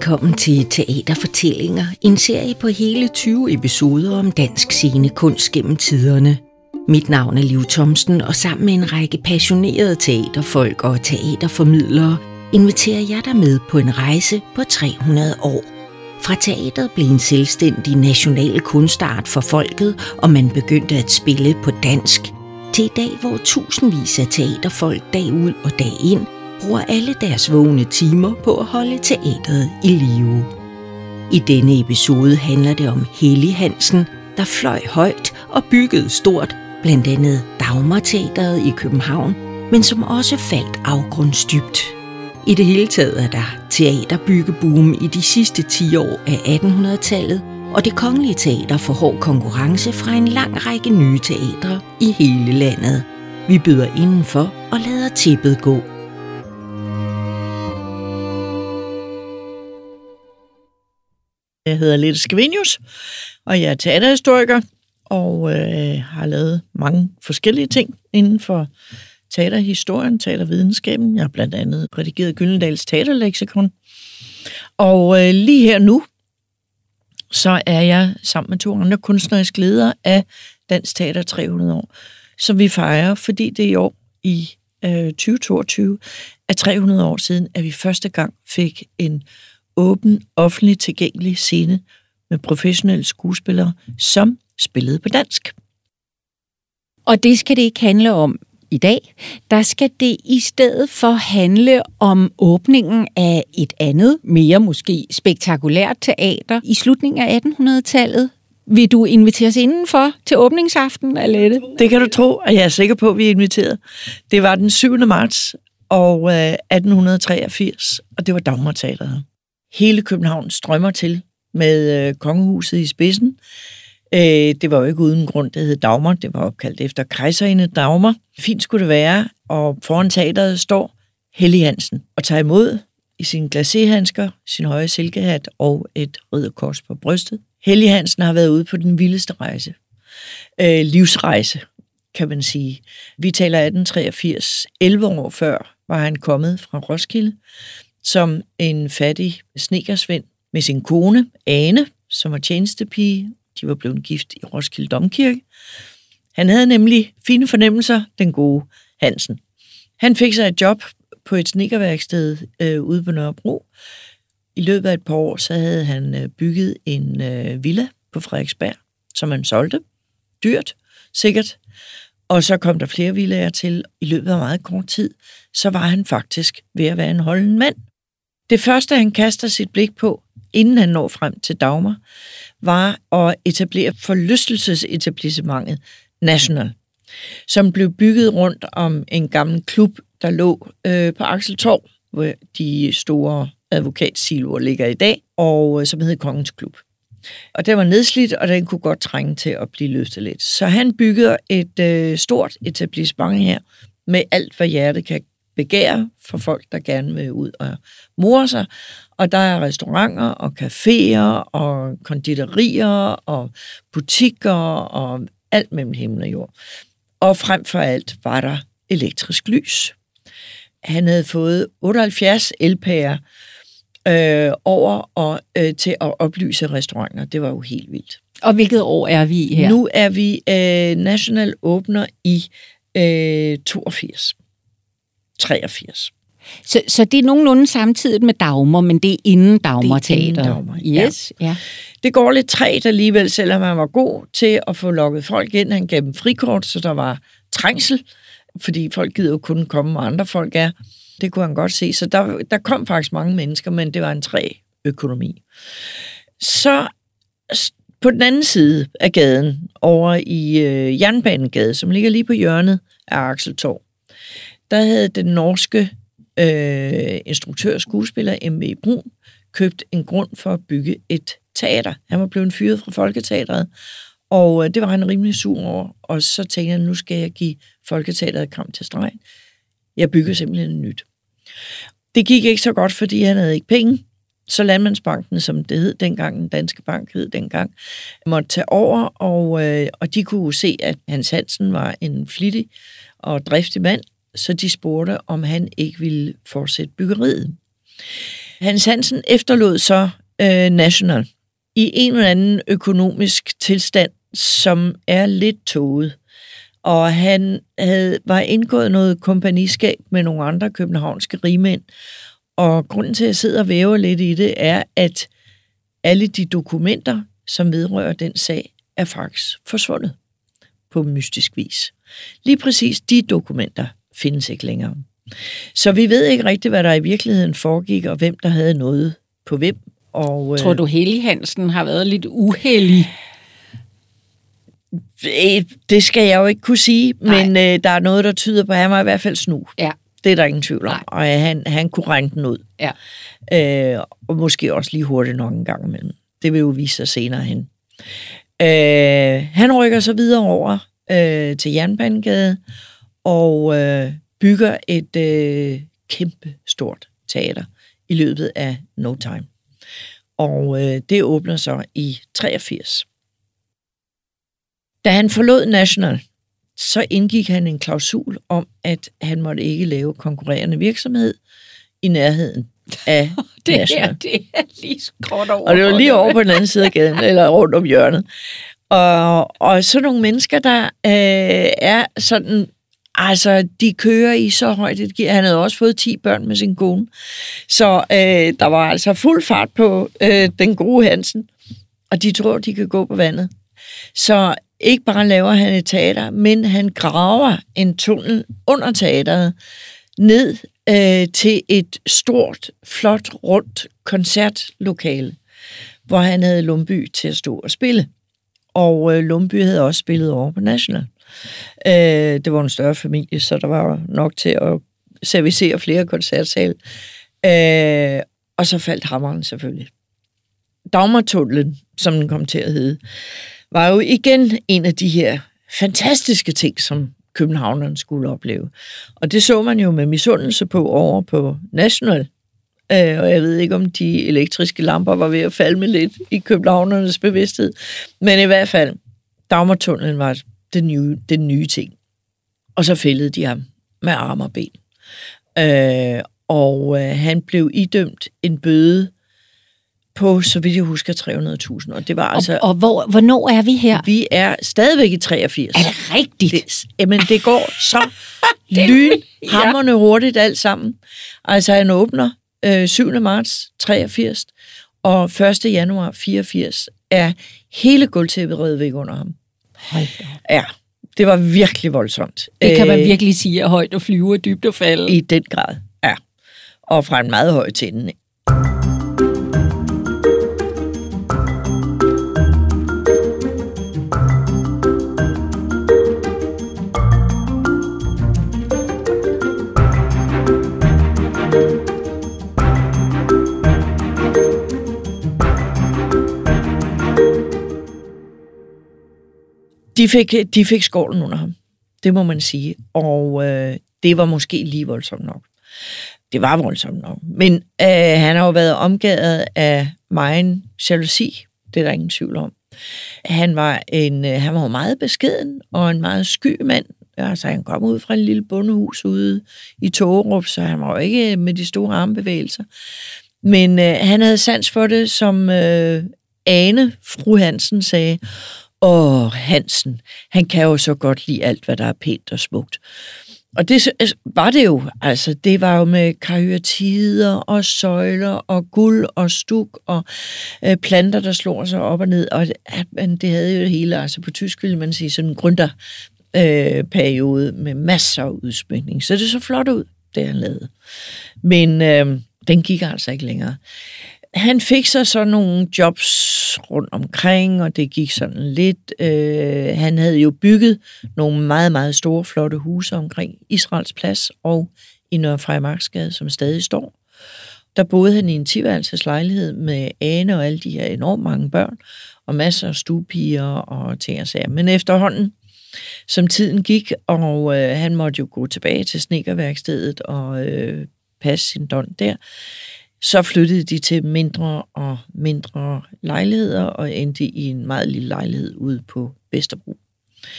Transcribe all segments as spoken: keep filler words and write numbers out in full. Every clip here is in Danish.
Velkommen til Teaterfortællinger, en serie på hele tyve episoder om dansk scenekunst gennem tiderne. Mit navn er Liv Thomsen, og sammen med en række passionerede teaterfolk og teaterformidlere inviterer jeg dig med på en rejse på tre hundrede år. Fra teateret blev en selvstændig national kunstart for folket, og man begyndte at spille på dansk, til i dag, hvor tusindvis af teaterfolk dag ud og dag ind bruger alle deres vågne timer på at holde teateret i live. I denne episode handler det om Helly Hansen, der fløj højt og byggede stort, blandt andet Dagmarteatret i København, men som også faldt afgrundsdybt. I det hele taget er der teaterbyggeboomen i de sidste ti år af attenhundredetallet, og Det Kongelige Teater får hård konkurrence fra en lang række nye teatre i hele landet. Vi byder indenfor og lader tæppet gå. Jeg hedder Lette Scavenius, og jeg er teaterhistoriker og øh, har lavet mange forskellige ting inden for teaterhistorien, teatervidenskaben. Jeg har blandt andet redigeret Gyldendals teaterleksikon. Og øh, lige her nu, så er jeg sammen med to andre kunstneriske ledere af Dansk Teater tre hundrede år, som vi fejrer, fordi det i år i øh, tyve toogtyve er tre hundrede år siden, at vi første gang fik en åben, offentlig tilgængelig scene med professionelle skuespillere, som spillede på dansk. Og det skal det ikke handle om i dag. Der skal det i stedet for handle om åbningen af et andet, mere måske spektakulært teater i slutningen af attenhunderetallet. Vil du invitere os indenfor til åbningsaften, Alette? Det kan du tro, og jeg er sikker på, at vi er inviteret. Det var den syvende marts og øh, atten treogfirs, og det var Dagmarteatret. Hele København strømmer til med øh, kongehuset i spidsen. Øh, det var jo ikke uden grund, det hed Dagmar. Det var opkaldt efter kejserinde Dagmar. Fint skulle det være, og foran teateret står Helly Hansen og tager imod i sine glacéhandsker, sin høje silkehat og et ridderkors på brystet. Helly Hansen har været ude på den vildeste rejse. Øh, livsrejse, kan man sige. Vi taler atten treogfirs. elleve år før var han kommet fra Roskilde som en fattig snedkersvend med sin kone, Ane, som var tjenestepige. De var blevet gift i Roskilde Domkirke. Han havde nemlig fine fornemmelser, den gode Hansen. Han fik sig et job på et snedkerværksted øh, ude på Nørrebro. I løbet af et par år, så havde han øh, bygget en øh, villa på Frederiksberg, som han solgte. Dyrt, sikkert. Og så kom der flere villaer til. I løbet af meget kort tid, så var han faktisk ved at være en holden mand. Det første, han kaster sit blik på, inden han når frem til Dagmar, var at etablere forlystelsesetablissementet National, som blev bygget rundt om en gammel klub, der lå øh, på Axel Torv, hvor de store advokatsiloer ligger i dag, og øh, som hed Kongens Klub. Og den var nedslidt, og den kunne godt trænge til at blive løftet lidt. Så han bygger et øh, stort etablissement her, med alt, hvad hjertet kan begære for folk, der gerne vil ud og more sig. Og der er restauranter og caféer og konditorier og butikker og alt mellem himmel og jord. Og frem for alt var der elektrisk lys. Han havde fået otteoghalvfjerds L P'er øh, over og, øh, til at oplyse restauranter. Det var jo helt vildt. Og hvilket år er vi her? Nu er vi øh, National åbner i øh, toogfirs. treogfirs. Så, så det er nogenlunde samtidig med Dagmar, men det er inden Dagmarteatret. Dagmar, yes, ja. ja. Det går lidt træt alligevel, selvom han var god til at få lukket folk ind. Han gav dem frikort, så der var trængsel, fordi folk gider jo kun komme, og andre folk er. Det kunne han godt se. Så der, der kom faktisk mange mennesker, men det var en træ økonomi. Så på den anden side af gaden, over i øh, Jernbanegade, som ligger lige på hjørnet af Axel Torv, der havde den norske øh, instruktør og skuespiller M V Brun købt en grund for at bygge et teater. Han var blevet fyret fra Folketeatret, og øh, det var han rimelig sur over. Og så tænkte han, nu skal jeg give Folketeatret kamp til stregen. Jeg bygger simpelthen et nyt. Det gik ikke så godt, fordi han havde ikke penge. Så Landmandsbanken, som det hed dengang, den danske bank hed dengang, måtte tage over, og, øh, og de kunne se, at Hans Hansen var en flittig og driftig mand, så de spurgte, om han ikke ville fortsætte byggeriet. Hans Hansen efterlod så øh, National i en eller anden økonomisk tilstand, som er lidt tåget. Og han havde, var indgået noget kompagniskab med nogle andre københavnske rigmænd. Og grunden til, at jeg sidder og væver lidt i det, er, at alle de dokumenter, som vedrører den sag, er faktisk forsvundet på mystisk vis. Lige præcis de dokumenter findes ikke længere. Så vi ved ikke rigtigt, hvad der i virkeligheden foregik, og hvem der havde noget på hvem. Og, Tror du, Hellig Hansen har været lidt uheldig? Det skal jeg jo ikke kunne sige, Nej. men øh, der er noget, der tyder på, at han var i hvert fald snu. Ja. Det er der ingen tvivl om. Nej. Og han, han kunne regne den ud. Ja. Øh, og måske også lige hurtigt nok en gang imellem. Det vil jo vise sig senere hen. Øh, han rykker så videre over øh, til Jernbanegade og øh, bygger et øh, kæmpe stort teater i løbet af no time. Og øh, det åbner så i treogfirs. Da han forlod National, så indgik han en klausul om, at han måtte ikke lave konkurrerende virksomhed i nærheden af det National. Her, det er lige skråt over. Og det var lige over på den anden side af gaden, eller rundt om hjørnet. Og, og så nogle mennesker, der øh, er sådan, altså de kører i så højt, han havde også fået ti børn med sin kone. Så øh, der var altså fuld fart på øh, den gode Hansen, og de tror, de kan gå på vandet. Så ikke bare laver han et teater, men han graver en tunnel under teateret ned øh, til et stort, flot, rundt koncertlokale, hvor han havde Lumbye til at stå og spille. Og øh, Lumbye havde også spillet over på National. Øh, det var en større familie, så der var nok til at servicere flere koncertsale. Øh, og så faldt hammeren selvfølgelig. Dagmartunnelen, som den kom til at hedde, var jo igen en af de her fantastiske ting, som københavnerne skulle opleve. Og det så man jo med misundelse på over på National. Øh, og jeg ved ikke, om de elektriske lamper var ved at falde med lidt i københavnernes bevidsthed. Men i hvert fald, Dagmartunnelen var den nye, den nye ting. Og så fældede de ham med arm og ben. Øh, og øh, han blev idømt en bøde på, så vidt jeg husker, tre hundrede tusind. Og det var altså... Og, og hvor, hvornår er vi her? Vi er stadigvæk i treogfirs. Er det rigtigt? Det, jamen, det går så lynhamrende ja. hurtigt alt sammen. Altså, han åbner øh, syvende marts treogfirs, og første januar fireogfirs er hele gulvtæppet revet væk under ham. Hold da. Ja, det var virkelig voldsomt. Det kan man virkelig sige, at højt og flyve og dybt og falde. I den grad, ja. Og fra en meget høj tinde. De fik, de fik skålen under ham, det må man sige, og øh, det var måske lige voldsomt nok. Det var voldsomt nok, men øh, han har jo været omgivet af megen jalousi, det er der ingen tvivl om. Han var, en, øh, han var meget beskeden og en meget sky mand. Altså, han kom ud fra en lille bondehus ude i Tågerup, så han var jo ikke med de store armbevægelser. Men øh, han havde sans for det, som øh, Ane, fru Hansen, sagde. Åh, Hansen, han kan jo så godt lide alt, hvad der er pænt og smukt. Og det var det jo, altså det var jo med karyatider og søjler og guld og stuk og øh, planter, der slår sig op og ned. Og det, det havde jo det hele, altså på tysk ville man sige sådan en gründerperiode med masser af udsmykning. Så det så flot ud, det han lavede. Men øh, den gik altså ikke længere. Han fik så sådan nogle jobs rundt omkring, og det gik sådan lidt. Øh, han havde jo bygget nogle meget, meget store, flotte huse omkring Israels Plads og i Nørre Freimarksgade, som stadig står. Der boede han i en ti-værelses lejlighed med Ane og alle de her enormt mange børn, og masser af stuepiger og ting og sager. Men efterhånden, som tiden gik, og øh, han måtte jo gå tilbage til snedkerværkstedet og øh, passe sin dånd der, så flyttede de til mindre og mindre lejligheder og endte i en meget lille lejlighed ude på Vesterbro.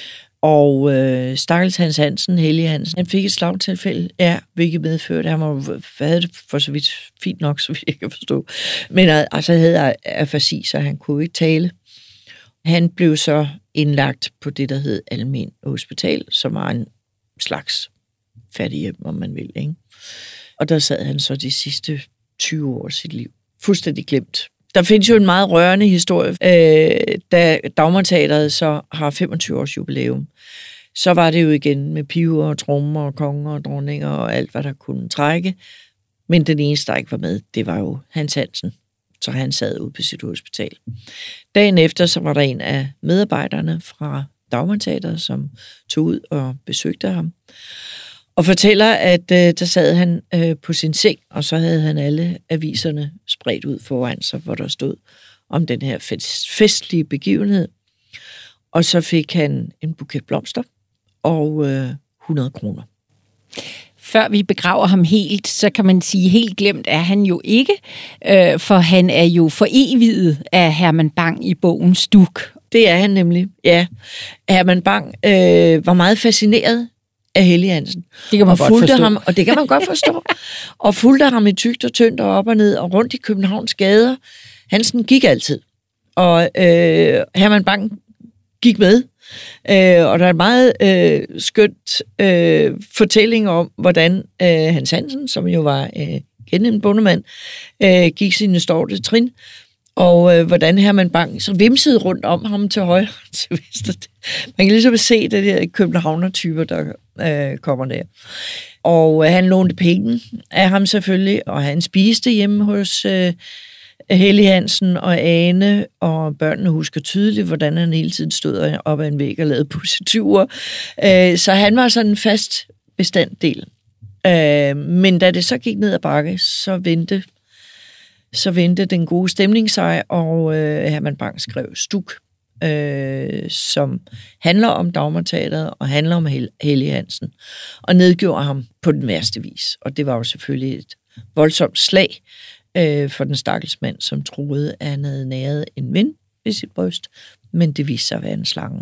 Og øh, stakkels Hans Hansen, Helge Hansen, han fik et slagtilfælde, ja, hvilket medførte, han var, havde det for så vidt fint nok, så vidt jeg kan forstå. Men altså havde afasi, så han kunne ikke tale. Han blev så indlagt på det, der hed Almen Hospital, som var en slags fattighjem, om man vil, ikke? Og der sad han så de sidste tyve år af sit liv. Fuldstændig glemt. Der findes jo en meget rørende historie. Øh, da Dagmarteatret så har femogtyve års jubilæum, så var det jo igen med piver og trommer og konger og dronninger og alt, hvad der kunne trække. Men den eneste, der ikke var med, det var jo Hans Hansen. Så han sad ude på sit hospital. Dagen efter, så var der en af medarbejderne fra Dagmarteatret, som tog ud og besøgte ham. Og fortæller, at øh, der sad han øh, på sin seng, og så havde han alle aviserne spredt ud foran sig, hvor der stod om den her fest, festlige begivenhed. Og så fik han en buket blomster og øh, hundrede kroner. Før vi begraver ham helt, så kan man sige, helt glemt er han jo ikke, øh, for han er jo foreviget af Herman Bang i bogen Stuk. Det er han nemlig, ja. Herman Bang øh, var meget fascineret af Helge Hansen. Det kan man og godt forstå. Ham, og det kan man godt forstå. Og fulgte ham i tygt og tyndt og op og ned og rundt i Københavns gader. Hansen gik altid. Og øh, Herman Bang gik med. Øh, og der er en meget øh, skønt øh, fortælling om, hvordan øh, Hans Hansen, som jo var øh, igen en bondemand, øh, gik sine storte trin, og øh, hvordan Herman Bang så vimsede rundt om ham til højre til venstre. Man kan ligesom se det der københavner-typer, der øh, kommer der. Og øh, han lånte penge af ham selvfølgelig, og han spiste hjemme hos øh, Helge Hansen og Ane, og børnene husker tydeligt, hvordan han hele tiden stod op ad en væg og lavede positurer. Øh, så han var sådan en fast bestanddel. Øh, men da det så gik ned ad bakke, så vendte så vendte den gode stemning sig, og øh, Herman Bang skrev Stuk, øh, som handler om Dagmarteatret og handler om Hel- Helge Hansen, og nedgjorde ham på den værste vis. Og det var jo selvfølgelig et voldsomt slag øh, for den stakkels mand, som troede, at han havde næret en ven ved sit bryst, men det viste sig at være en slange.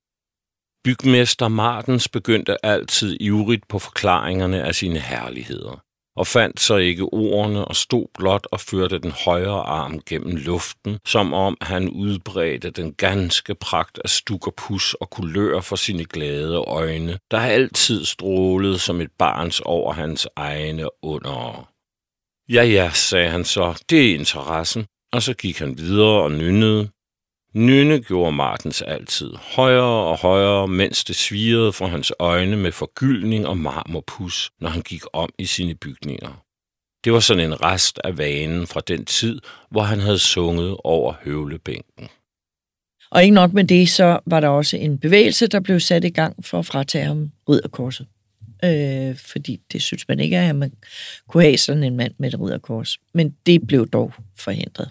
Bygmester Martens begyndte altid ivrigt på forklaringerne af sine herligheder, og fandt så ikke ordene og stod blot og førte den højre arm gennem luften, som om han udbredte den ganske pragt af stuk og pus og kulør for sine glade øjne, der altid strålede som et barns over hans egne under. Ja, ja, sagde han så, det er interessen, og så gik han videre og nynnede. Nynne gjorde Martens altid højere og højere, mens det svirrede fra hans øjne med forgyldning og marmorpus, når han gik om i sine bygninger. Det var sådan en rest af vanen fra den tid, hvor han havde sunget over høvlebænken. Og ikke nok med det, så var der også en bevægelse, der blev sat i gang for at fratage ham ridderkorset. Øh, fordi det synes man ikke, at man kunne have sådan en mand med et ridderkors. Men det blev dog forhindret.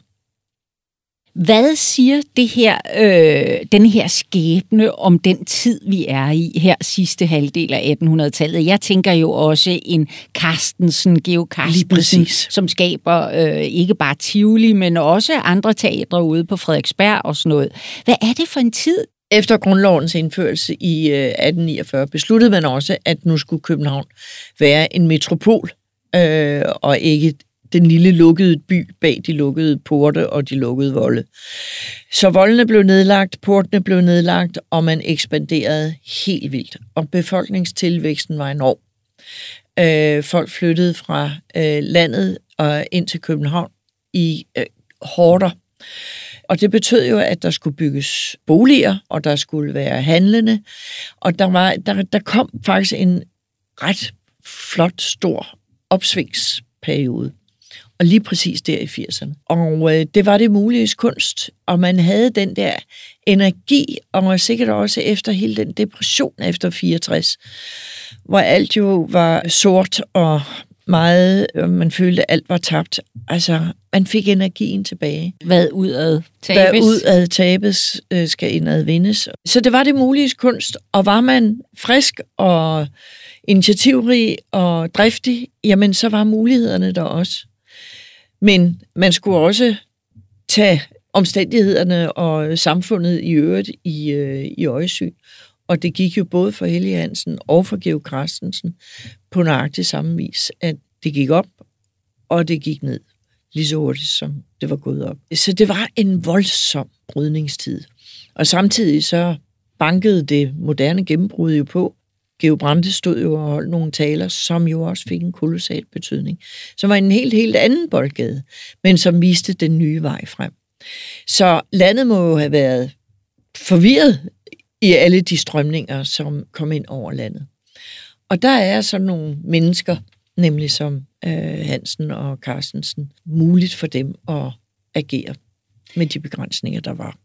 Hvad siger det her, øh, den her skæbne om den tid, vi er i her sidste halvdel af attenhundredetallet? Jeg tænker jo også en Carstensen, Georg Carstensen, som skaber øh, ikke bare Tivoli, men også andre teatre ude på Frederiksberg og sådan noget. Hvad er det for en tid? Efter grundlovens indførelse i øh, atten niogfyrre besluttede man også, at nu skulle København være en metropol, øh, og ikke den lille lukkede by bag de lukkede porte og de lukkede volde. Så voldene blev nedlagt, portene blev nedlagt, og man ekspanderede helt vildt. Og befolkningstilvæksten var enorm. Øh, folk flyttede fra øh, landet og ind til København i øh, horder. Og det betød jo, at der skulle bygges boliger, og der skulle være handlende. Og der, var, der, der kom faktisk en ret flot, stor opsvingsperiode. Og lige præcis der i firserne. Og øh, det var det muliges kunst, og man havde den der energi, og sikkert også efter hele den depression efter fireogtres, hvor alt jo var sort og meget, øh, man følte, at alt var tabt. Altså, man fik energien tilbage. Hvad udad tabes? Hvad udad tabes, øh, skal indad vindes. Så det var det muliges kunst, og var man frisk og initiativrig og driftig, jamen så var mulighederne der også. Men man skulle også tage omstændighederne og samfundet i øvrigt i, øh, i øjesyn. Og det gik jo både for Helge Hansen og for Georg Carstensen på nøjagtig samme vis, at det gik op, og det gik ned lige så hurtigt, som det var gået op. Så det var en voldsom brydningstid. Og samtidig så bankede det moderne gennembrud jo på. Georg Brandes stod jo og holdt nogle taler, som jo også fik en kolossal betydning. Som var en helt, helt anden boldgade, men som viste den nye vej frem. Så landet må jo have været forvirret i alle de strømninger, som kom ind over landet. Og der er sådan nogle mennesker, nemlig som øh, Hansen og Carstensen, muligt for dem at agere med de begrænsninger, der var.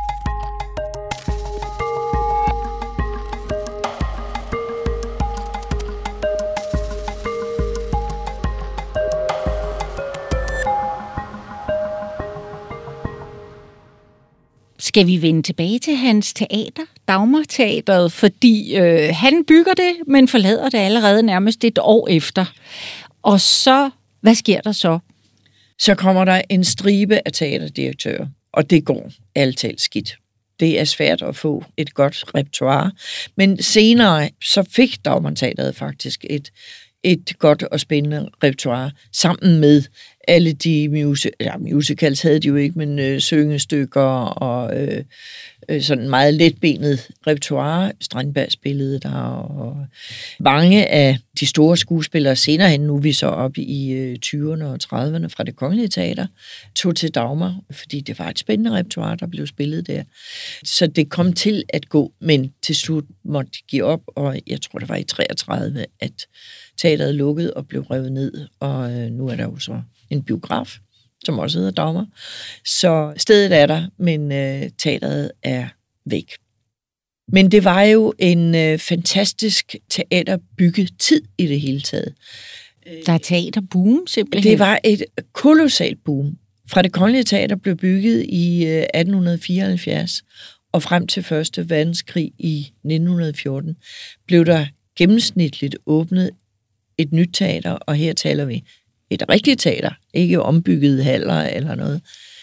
Skal vi vende tilbage til hans teater, Dagmarteatret, fordi øh, han bygger det, men forlader det allerede nærmest et år efter. Og så, hvad sker der så? Så kommer der en stribe af teaterdirektører, og det går altid skidt. Det er svært at få et godt repertoire, men senere så fik Dagmarteatret faktisk et, et godt og spændende repertoire sammen med alle de music- ja, musicals havde de jo ikke, men øh, syngestykker og øh, øh, sådan meget letbenet repertoire. Strandberg spillede der, og mange af de store skuespillere senere hen, nu er vi så op i øh, tyverne og trediverne fra Det Kongelige Teater, tog til Dagmar, fordi det var et spændende repertoire, der blev spillet der. Så det kom til at gå, men til slut måtte de give op, og jeg tror, det var i treogtredive, at teateret lukkede og blev revet ned, og øh, nu er der jo så en biograf, som også hedder Dagmar. Så stedet er der, men øh, teateret er væk. Men det var jo en øh, fantastisk teaterbyggetid i det hele taget. Der er teaterboom, simpelthen. Det var et kolossalt boom. Fra Det Kongelige Teater blev bygget i øh, atten fireoghalvfjerds, og frem til Første Verdenskrig i nitten fjorten, blev der gennemsnitligt åbnet et nyt teater, og her taler vi et rigtigt teater, ikke ombyggede haller eller noget,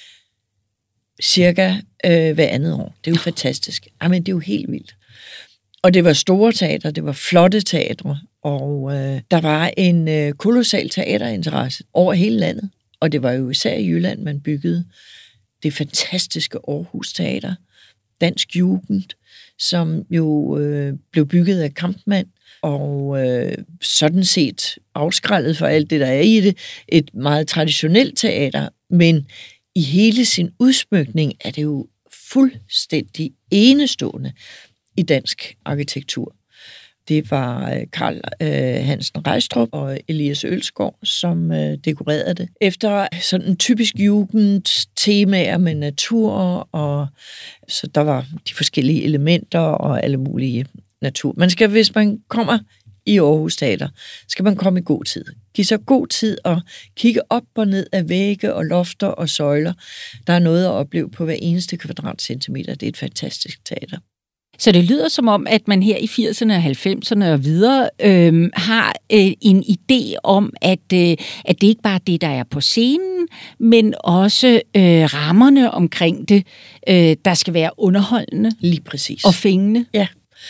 cirka øh, hver andet år. Det er jo fantastisk. Jamen, det er jo helt vildt. Og det var store teater, det var flotte teatre, og øh, der var en øh, kolossal teaterinteresse over hele landet, og det var jo især i Jylland, man byggede det fantastiske Aarhus Teater, Dansk Jugend, som jo øh, blev bygget af Kampmann, og øh, sådan set afskrællet for alt det, der er i det, et meget traditionelt teater, men i hele sin udsmykning er det jo fuldstændig enestående i dansk arkitektur. Det var Carl øh, Hansen Rejstrup og Elias Ølsgaard, som øh, dekorerede det. Efter sådan en typisk jugendtemaer med natur, og så der var de forskellige elementer og alle mulige natur. Man skal, hvis man kommer i Aarhus Teater, skal man komme i god tid. Giv sig god tid og kigge op og ned af vægge og lofter og søjler. Der er noget at opleve på hver eneste kvadratcentimeter. Det er et fantastisk teater. Så det lyder som om, at man her i firserne og halvfemserne og videre øh, har øh, en idé om, at, øh, at det ikke bare er det, der er på scenen, men også øh, rammerne omkring det, øh, der skal være underholdende. Lige præcis. Og fængende. Ja,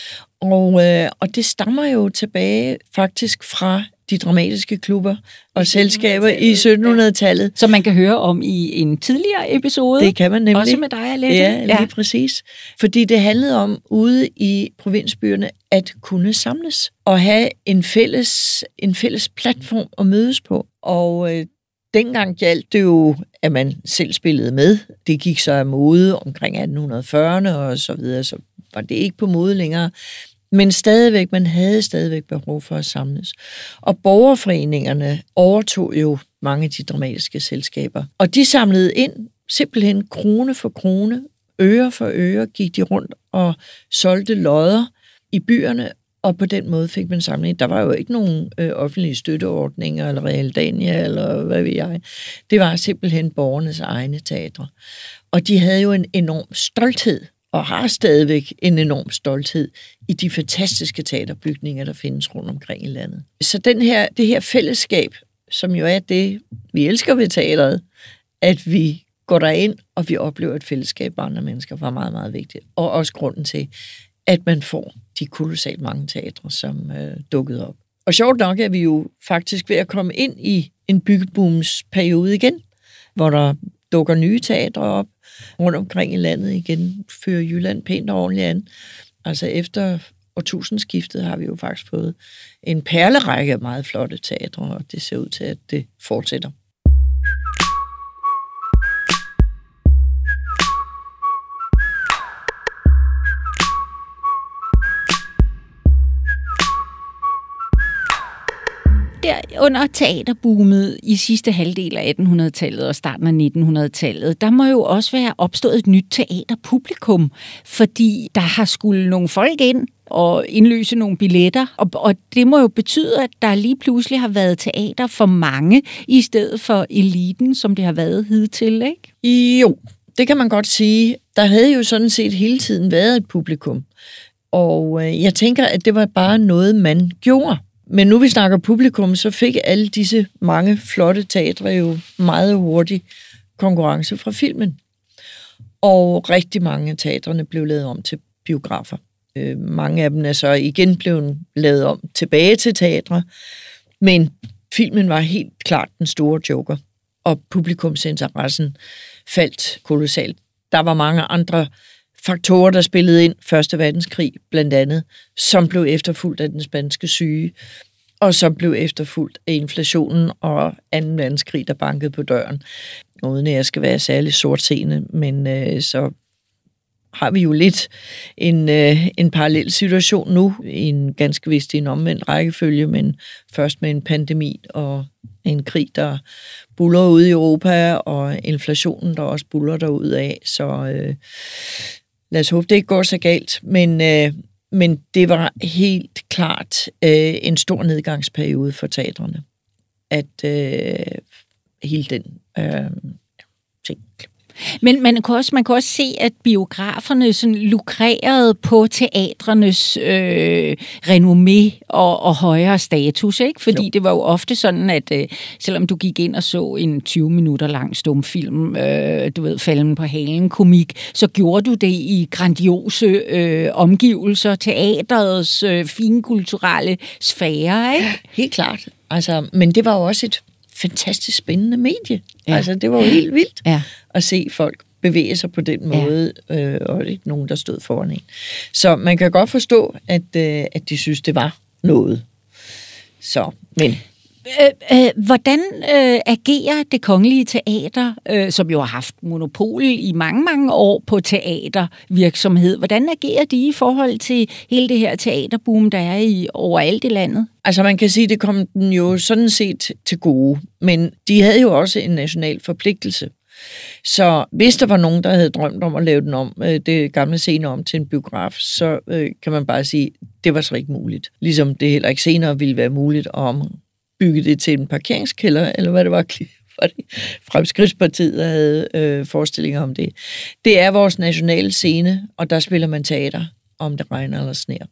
og, øh, og det stammer jo tilbage faktisk fra de dramatiske klubber og selskaber i syttenhundredetallet. Som man kan høre om i en tidligere episode. Det kan man nemlig. Også med dig, Alette. Ja, lige ja. præcis. Fordi det handlede om ude i provinsbyerne at kunne samles og have en fælles, en fælles platform at mødes på. Og øh, dengang gjaldt det jo, at man selv spillede med. Det gik så af mode omkring atten fyrrerne og så videre, så var det ikke på mode længere. Men stadigvæk, man havde stadigvæk behov for at samles. Og borgerforeningerne overtog jo mange af de dramatiske selskaber. Og de samlede ind, simpelthen krone for krone, øre for øre, gik de rundt og solgte lodder i byerne, og på den måde fik man samlet. Der var jo ikke nogen øh, offentlige støtteordninger, eller Realdania, eller hvad ved jeg. Det var simpelthen borgernes egne teatre. Og de havde jo en enorm stolthed, og har stadigvæk en enorm stolthed i de fantastiske teaterbygninger, der findes rundt omkring i landet. Så den her, det her fællesskab, som jo er det, vi elsker ved teateret, at vi går derind, og vi oplever et fællesskab med andre mennesker, var meget, meget vigtigt. Og også grunden til, at man får de kolossalt mange teatre, som øh, dukkede op. Og sjovt nok er vi jo faktisk ved at komme ind i en byggebooms-periode igen, hvor der dukker nye teatre op rundt omkring i landet igen, fører Jylland pænt og ordentligt an. Altså efter årtusindskiftet har vi jo faktisk fået en perlerække af meget flotte teatre, og det ser ud til, at det fortsætter. Der under teaterboomet i sidste halvdel af attenhundredetallet og starten af nittenhundredetallet, der må jo også være opstået et nyt teaterpublikum, fordi der har skulle nogle folk ind og indløse nogle billetter, og, og det må jo betyde, at der lige pludselig har været teater for mange, i stedet for eliten, som det har været hidtil, ikke? Jo, det kan man godt sige. Der havde jo sådan set hele tiden været et publikum, og øh, jeg tænker, at det var bare noget, man gjorde. Men nu vi snakker publikum, så fik alle disse mange flotte teatre jo meget hurtigt konkurrence fra filmen. Og rigtig mange af teatrene blev lavet om til biografer. Øh, mange af dem er så igen blevet lavet om tilbage til teatre. Men filmen var helt klart den store joker, og publikumsinteressen faldt kolossalt. Der var mange andre faktorer, der spillede ind, Første Verdenskrig blandt andet, som blev efterfulgt af den spanske syge, og som blev efterfulgt af inflationen og anden verdenskrig, der bankede på døren. Uden at jeg skal være særlig sortseende, men øh, så har vi jo lidt en, øh, en parallel situation nu, en ganske vist i en omvendt rækkefølge, men først med en pandemi og en krig, der buller ud i Europa, og inflationen, der også buller derud af, så øh, lad os håbe, det ikke går så galt, men, øh, men det var helt klart øh, en stor nedgangsperiode for teatrene, at øh, hele den øh, ting. Men man kan, også, man kan også se, at biograferne sådan lukrerede på teatrenes øh, renommé og, og højere status, ikke? Fordi jo. Det var jo ofte sådan, at øh, selvom du gik ind og så en tyve minutter lang stumfilm, øh, du ved, Falden på halen komik, så gjorde du det i grandiose øh, omgivelser, teaterets øh, finkulturelle sfære, ikke? Helt klart. Altså, men det var jo også et fantastisk spændende medie. Ja. Altså, det var jo helt vildt ja. at se folk bevæge sig på den måde, ja. øh, og ikke nogen, der stod foran en. Så man kan godt forstå, at, øh, at de synes, det var noget. Så, men... Øh, øh, hvordan øh, agerer Det Kongelige Teater, øh, som jo har haft monopol i mange, mange år på teatervirksomhed, hvordan agerer de i forhold til hele det her teaterboom, der er i overalt i landet? Altså man kan sige, det kom den jo sådan set til gode, men de havde jo også en national forpligtelse. Så hvis der var nogen, der havde drømt om at lave den om, det gamle scene om til en biograf, så øh, kan man bare sige, det var så ikke muligt. Ligesom det heller ikke senere ville være muligt om bygge det til en parkeringskælder, eller hvad det var, for det Fremskridtspartiet, der havde øh, forestillinger om det. Det er vores nationale scene, og der spiller man teater, om det regner eller sner.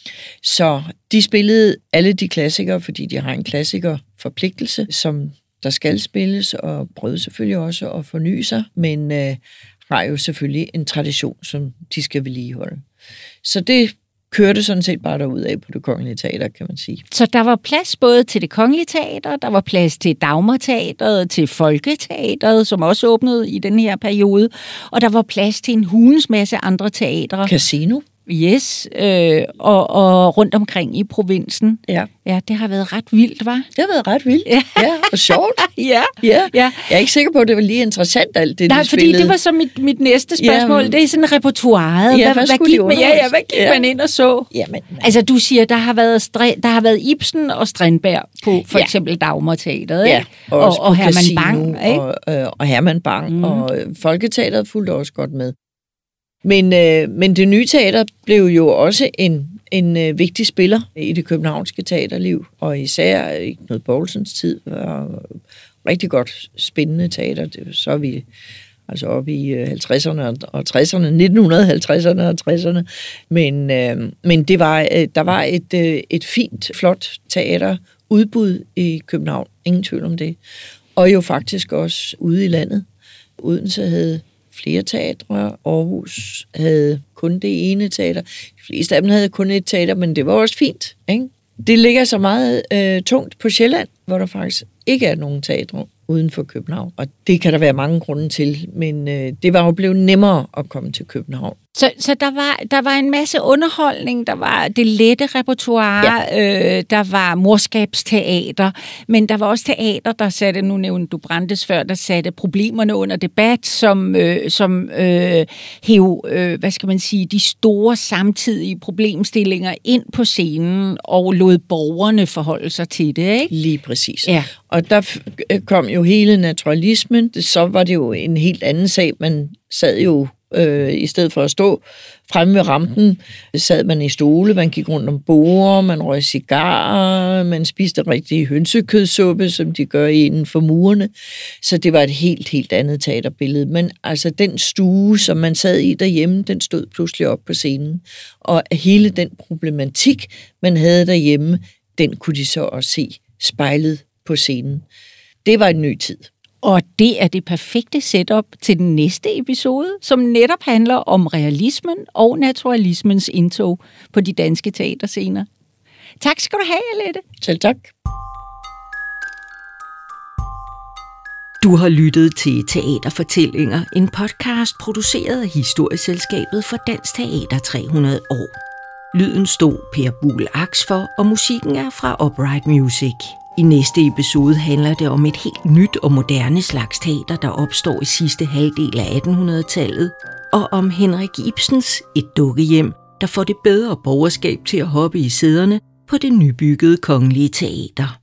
Så de spillede alle de klassikere, fordi de har en klassikerforpligtelse, som der skal spilles, og prøvede selvfølgelig også at forny sig, men øh, har jo selvfølgelig en tradition, som de skal vedligeholde. Så det kørte sådan set bare derudad på Det Kongelige Teater, kan man sige. Så der var plads både til Det Kongelige Teater, der var plads til Dagmarteateret, til Folketeateret, som også åbnede i den her periode, og der var plads til en hulens masse andre teatre. Casino. Yes, øh, og, og rundt omkring i provinsen. Ja. Ja, det har været ret vildt, hva'? Det har været ret vildt. Ja, ja og sjovt. ja. ja. ja. Jeg er ikke sikker på, at det var lige interessant, alt det, Nej, de fordi spillede. det var så mit, mit næste spørgsmål. Jamen, det er sådan repertoireet. Ja, hvad, hvad, hvad gik, man, ja, ja, hvad gik ja. man ind og så? Jamen, altså, du siger, der har været, Str- der har været Ibsen og Strindberg på for ja. eksempel Dagmarteateret, ja, og, og, og Herman Bang. Ikke? Og, øh, og Herman Bang, mm. og Folketeateret fulgte også godt med. Men, øh, men det nye teater blev jo også en, en øh, vigtig spiller i det københavnske teaterliv, og især i Knud Poulsens tid var rigtig godt spændende teater. Det var så vi altså oppe i halvtredserne og tresserne, nitten halvtredserne og tresserne. Men, øh, men det var, øh, der var et, øh, et fint, flot teaterudbud i København. Ingen tvivl om det. Og jo faktisk også ude i landet. Odense havde flere teatre. Aarhus havde kun det ene teater. De fleste af dem havde kun et teater, men det var også fint, ikke? Det ligger så meget øh, tungt på Sjælland, hvor der faktisk ikke er nogen teatre uden for København. Og det kan der være mange grunde til, men øh, det var jo blevet nemmere at komme til København. Så, så der, var, der var en masse underholdning, der var det lette repertoire, ja. øh, der var morskabsteater, men der var også teater, der satte, nu nævnte du Brandes før, der satte problemerne under debat, som, øh, som øh, hæv, øh, hvad skal man sige, de store samtidige problemstillinger ind på scenen og lod borgerne forholde sig til det, ikke? Lige præcis. Ja. Og der kom jo hele naturalismen, så var det jo en helt anden sag. Man sad jo, øh, i stedet for at stå fremme ved rampen, sad man i stole, man gik rundt om borde, man røg cigarer, man spiste rigtig hønsekødsuppe, som de gør inden for murene. Så det var et helt, helt andet teaterbillede. Men altså den stue, som man sad i derhjemme, den stod pludselig op på scenen. Og hele den problematik, man havde derhjemme, den kunne de så også se spejlet på scenen. Det var en ny tid. Og det er det perfekte setup til den næste episode, som netop handler om realismen og naturalismens indtog på de danske teaterscener. Tak skal du have, Alette. Selv tak. Du har lyttet til Teaterfortællinger, en podcast produceret af Historieselskabet for Dansk Teater tre hundrede år. Lyden stod Per Buhl Aks for, og musikken er fra Upright Music. I næste episode handler det om et helt nyt og moderne slags teater, der opstår i sidste halvdel af attenhundredetallet, og om Henrik Ibsens Et dukkehjem, der får det bedre borgerskab til at hoppe i sæderne på det nybyggede Kongelige Teater.